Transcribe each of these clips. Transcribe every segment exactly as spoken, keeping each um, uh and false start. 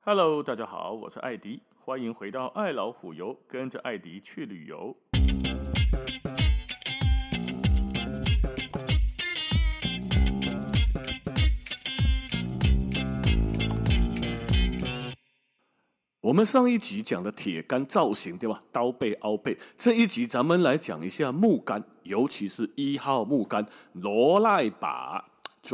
Hello， 大家好，我是艾迪，欢迎回到爱老虎游，跟着艾迪去旅游。我们上一集讲的铁杆造型，对吧？刀背、凹背。这一集咱们来讲一下木杆，尤其是一号木杆罗赖把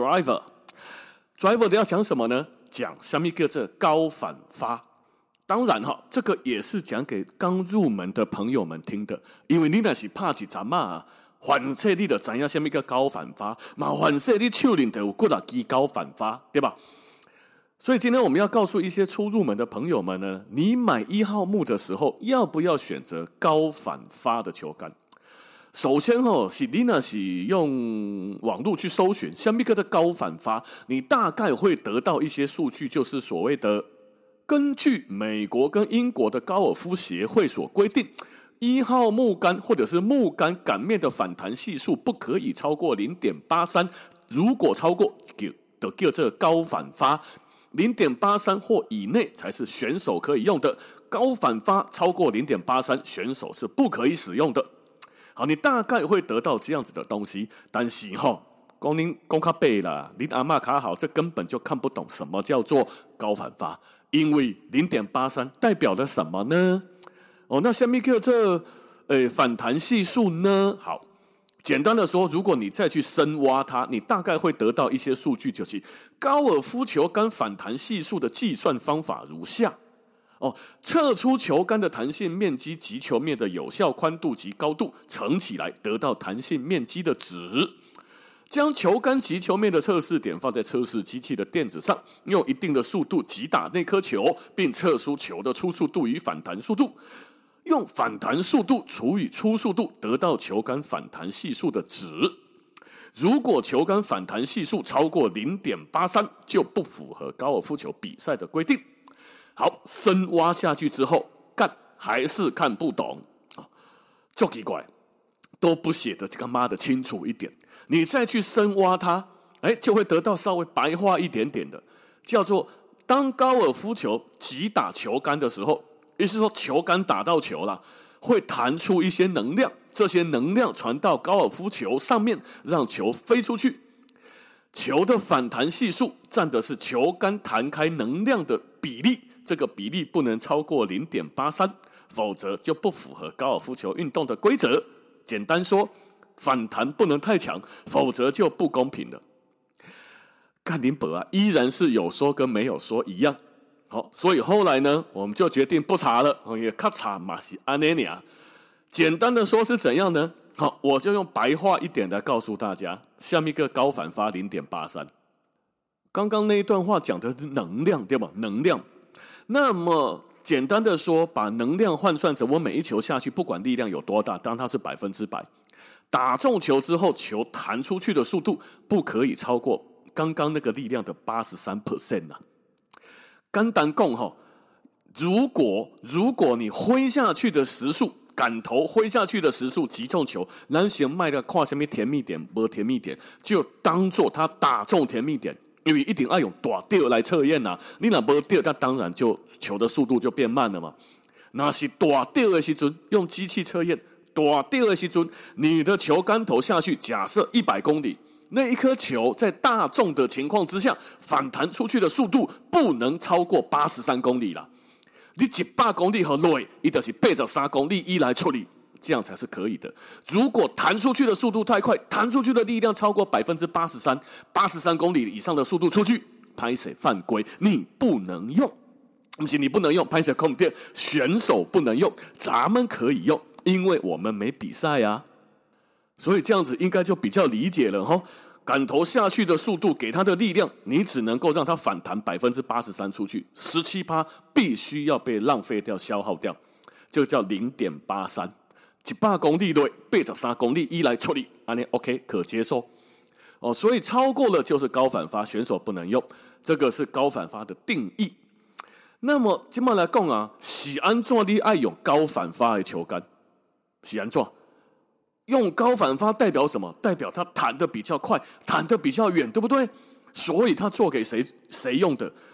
driver。driver 的要讲什么呢？讲什么叫做高反发。当然哈，这个也是讲给刚入门的朋友们听的，因为你若是拍一阵嘛，反射你就知道什么叫高反发，嘛反射你手里就有几啊支高反发，对吧？所以今天我们要告诉一些初入门的朋友们呢，你买一号木的时候，要不要选择高反发的球杆？首先哦，是你若是用网络去搜寻什么叫做高反发，你大概会得到一些数据，就是所谓的根据美国跟英国的高尔夫协会所规定，一号木杆或者是木杆杆面的反弹系数不可以超过 零点八三， 如果超过就叫做高反发，零点八三 或以内才是选手可以用的，高反发超过 零点八三 选手是不可以使用的。好，你大概会得到这样子的东西，但是吼，讲您讲较白啦，您阿嬷卡好，这根本就看不懂什么叫做高反发，因为 零点八三 代表了什么呢？哦，那下面叫做呃反弹系数呢？好，简单的说，如果你再去深挖它，你大概会得到一些数据，就是高尔夫球杆反弹系数的计算方法如下。哦，测出球杆的弹性面积及球面的有效宽度及高度乘起来，得到弹性面积的值。将球杆及球面的测试点放在测试机器的垫子上，用一定的速度击打那颗球，并测出球的初速度与反弹速度。用反弹速度除以初速度，得到球杆反弹系数的值。如果球杆反弹系数超过 零点八三， 就不符合高尔夫球比赛的规定。好，深挖下去之后，干还是看不懂啊，就奇怪，都不写的这个妈的清楚一点。你再去深挖它，哎，就会得到稍微白话一点点的，叫做当高尔夫球击打球杆的时候，也就是说球杆打到球了，会弹出一些能量，这些能量传到高尔夫球上面，让球飞出去。球的反弹系数占的是球杆弹开能量的比例。这个比例不能超过 零点八三， 否则就不符合高尔夫球运动的规则。简单说，反弹不能太强，否则就不公平了。干林伯啊，依然是有说跟没有说一样。好，所以后来呢，我们就决定不查了，也卡查嘛是安尼尔。简单的说是怎样呢？好，我就用白话一点来告诉大家，下面一个高反发 零点八三。刚刚那一段话讲的是能量，对吧？能量。那么简单的说，把能量换算成我每一球下去，不管力量有多大，当它是百分之百，打中球之后，球弹出去的速度不可以超过刚刚那个力量的 百分之八十三 啊。简单讲哈，如果如果你挥下去的时速，杆头挥下去的时速击中球，咱先卖的看什么甜蜜点，没甜蜜点，就当做它打中甜蜜点。因为一定要用大吊来测验啊，你若没吊，那当然就球的速度就变慢了嘛。那是大吊的时候，用机器测验，大吊的时候，你的球杆头下去，假设一百公里，那一颗球在大重的情况之下，反弹出去的速度不能超过八十三公里啦。你一百公里和落，它就是八十三公里以来处理。这样才是可以的。如果弹出去的速度太快，弹出去的力量超过 百分之八十三， 八十三公里以上的速度出去，拍谁犯规，你不能用。不是你不能用，拍谁空电，选手不能用，咱们可以用，因为我们没比赛啊。所以这样子应该就比较理解了齁。杆头下去的速度给它的力量，你只能够让它反弹 百分之八十三 出去， 百分之十七 必须要被浪费掉消耗掉，就叫 零点八三。一百公里内八十三公里以来处理，这样 OK 可接受哦。所以超过了就是高反发，选手不能用，这个是高反发的定义。那么现在来讲啊，是怎么你爱用高反发的球杆？是怎么用高反发代表什么？代表它弹得比较快，弹得比较远，对不对？所以它做给谁谁用的？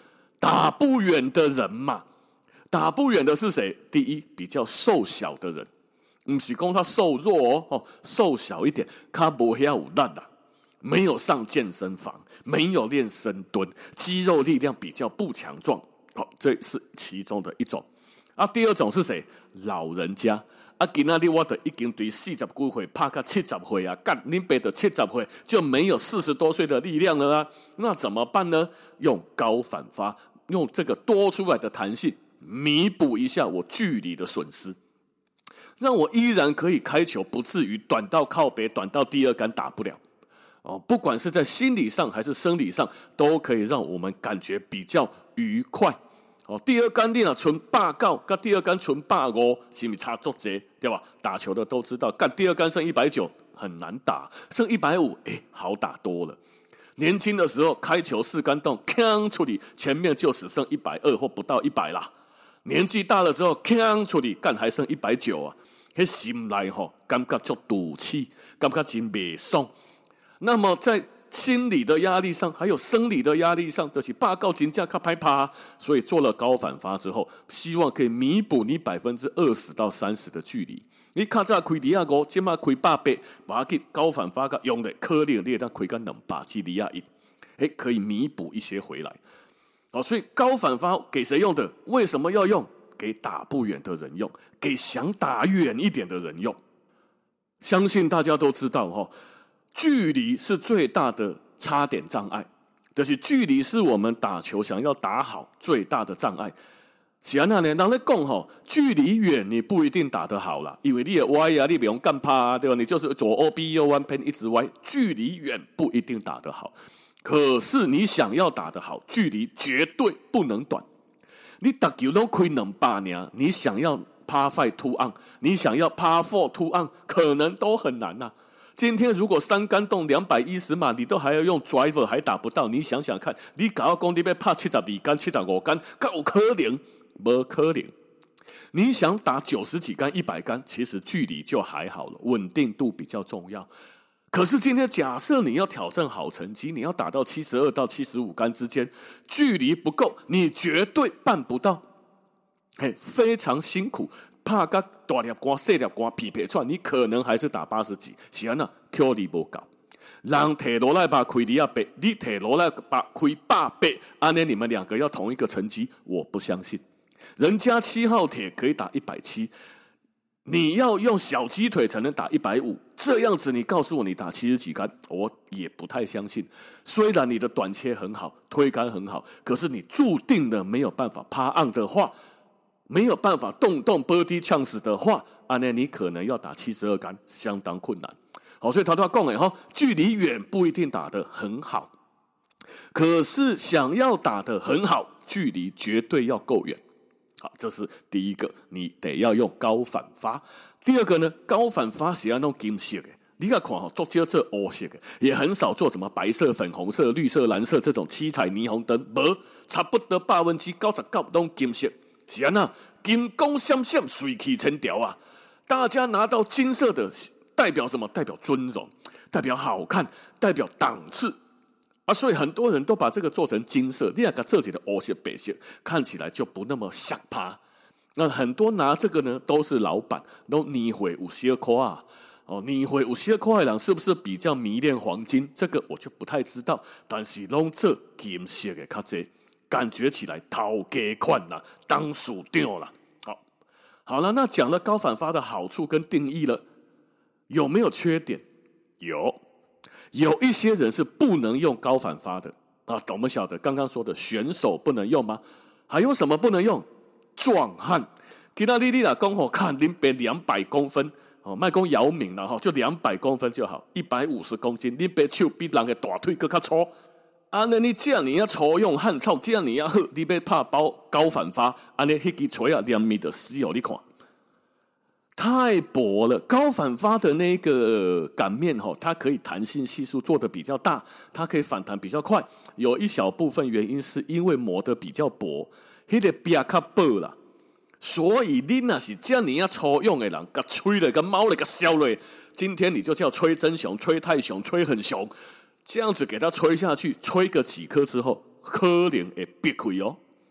打不远的人嘛。打不远的是谁？第一，比较瘦小的人，不是说他瘦弱 哦, 哦，瘦小一点，他没那么有力啊，没有上健身房，没有练深蹲，肌肉力量比较不强壮，好、哦，这是其中的一种。啊，第二种是谁？老人家。啊，今仔日我就已经对四十几岁拍到七十岁啊，干，恁爸的七十岁就没有四十多岁的力量了啊，那怎么办呢？用高反发，用这个多出来的弹性弥补一下我距离的损失，让我依然可以开球，不至于短到靠北，短到第二杆打不了。哦，不管是在心理上还是生理上，都可以让我们感觉比较愉快。哦，第二杆你若剩百九，跟第二杆剩百五，是不是差足多？对吧？打球的都知道，干第二杆剩一百九很难打，剩一百五，哎，好打多了。年轻的时候开球四杆洞，锵出去，前面就只剩一百二或不到一百啦。年纪大了之后，锵出去，干还剩一百九啊，那心内吼感觉足赌气，感觉真袂爽。那么在心理的压力上，还有生理的压力上，就是报告真正较歹拍，所以做了高反发之后，希望可以弥补你百分之二十到三十的距离。你较早开二百五，现在开百八，把它高反发个用的可能你当开个两百至二百一，哎，可以弥补一些回来。好，所以高反发给谁用的？为什么要用？给打不远的人用，给想打远一点的人用。相信大家都知道哈。距离是最大的差点障碍，就是距离是我们打球想要打好最大的障碍。是啊，那呢，人在讲吼，距离远你不一定打得好啦，因为你也歪啊，你不用干趴啊，对吧？你就是左 O B 右弯偏一直歪，距离远不一定打得好。可是你想要打得好，距离绝对不能短。你打球都开两百年，你想要趴 five two on， 你想要趴 four two on， 可能都很难呐、啊。今天如果三杆洞两百一十码，你都还要用 driver 还打不到，你想想看，你搞到讲你要拍七十二杆、七十五杆，够可能？没可能。你想打九十几杆、一百杆，其实距离就还好了，稳定度比较重要。可是今天假设你要挑战好成绩，你要打到七十二到七十五杆之间，距离不够，你绝对办不到。嘿，非常辛苦。怕甲大粒杆、小粒杆匹配出来，你可能还是打八十几，是安那距离不够。人摕罗赖把开二百八，你摕罗赖把开百八，安尼你们两个要同一个成绩，我不相信。人家七号铁可以打一百七，你要用小鸡腿才能打一百五，这样子你告诉我你打七十几杆，我也不太相信。虽然你的短切很好，推杆很好，可是你注定的没有办法趴岸的话。没有办法动动 birdie chance 的话，安尼你可能要打七十二杆，相当困难。好，所以他都要讲的哈，距离远不一定打得很好，可是想要打得很好，距离绝对要够远。好，这是第一个，你得要用高反发。第二个呢，高反发是要弄金色的。你看看哈，做这这黑色的，也很少做什么白色、粉红色、绿色、蓝色这种七彩霓虹灯，无差不多百分之九十九都金色。是啊，那金光闪闪，水气千条啊！大家拿到金色的，代表什么？代表尊荣，代表好看，代表档次啊！所以很多人都把这个做成金色，另外个这里的黑色、白色，看起来就不那么想趴。那很多拿这个呢，都是老板，都年会有些块啊。哦，年会有些块的人是不是比较迷恋黄金？这个我就不太知道，但是拢这金色的较多。感觉起来头家款啦，当属掉了。好，好了，那讲了高反发的好处跟定义了，有没有缺点？有，有一些人是不能用高反发的啊。懂不晓得？刚刚说的选手不能用吗？还有什么不能用？壮汉。其他你你啦讲吼，看林北两百公分哦，卖讲姚明啦哈，就两百公分就好，一百五十公斤，林北手比人的大腿更加粗。安尼你这样你要粗用汉草，这样你要好，你要拍包高反发，安尼迄支锤啊连米的死哦，你看太薄了。高反发的那个杆面吼，它可以弹性系数做得比较大，它可以反弹比较快。有一小部分原因是因为磨得比较薄，迄个边较薄啦。所以你若是这样你要粗用的人，甲吹了，甲猫了，甲削了，今天你就叫吹真熊、吹太熊、吹很熊。这样子给它吹下去，吹个几颗之后，可能会憋亏哦。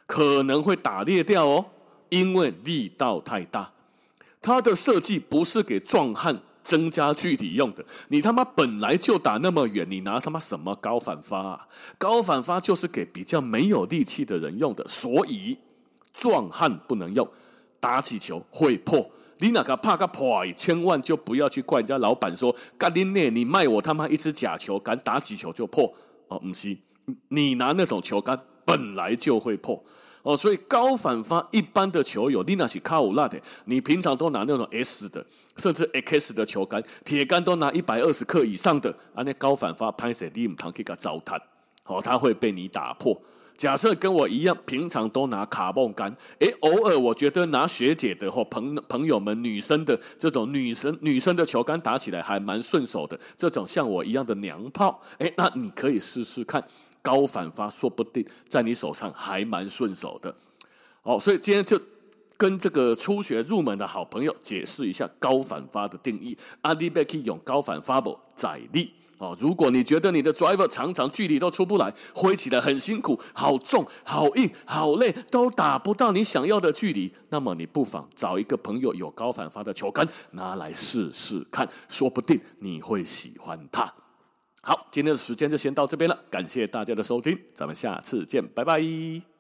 可能会打裂掉哦，因为力道太大。它的设计不是给壮汉增加距离用的，你他妈本来就打那么远，你拿他妈什么高反发啊？高反发就是给比较没有力气的人用的，所以壮汉不能用，打起球会破。你哪个怕个破，千万就不要去怪人家老板说，干你呢，你卖我他妈一支假球杆，打起球就破哦，不是，你拿那种球杆本来就会破哦，所以高反发一般的球友，你那是卡有力的，你平常都拿那种 S 的，甚至 X 的球杆，铁杆都拿一百二十克以上的，啊，那高反发拍摄你唔通去给它糟蹋，哦，它会被你打破。假设跟我一样，平常都拿卡泵杆，诶，偶尔我觉得拿学姐的或朋朋友们女生的这种女生女生的球杆打起来还蛮顺手的，这种像我一样的娘炮，诶，那你可以试试看高反发，说不定在你手上还蛮顺手的。好，所以今天就跟这个初学入门的好朋友解释一下高反发的定义。阿弟贝可以用高反发不载力。哦，如果你觉得你的 driver 常常距离都出不来，挥起来很辛苦，好重、好硬、好累，都打不到你想要的距离，那么你不妨找一个朋友有高反发的球杆拿来试试看，说不定你会喜欢它。好，今天的时间就先到这边了，感谢大家的收听，咱们下次见，拜拜。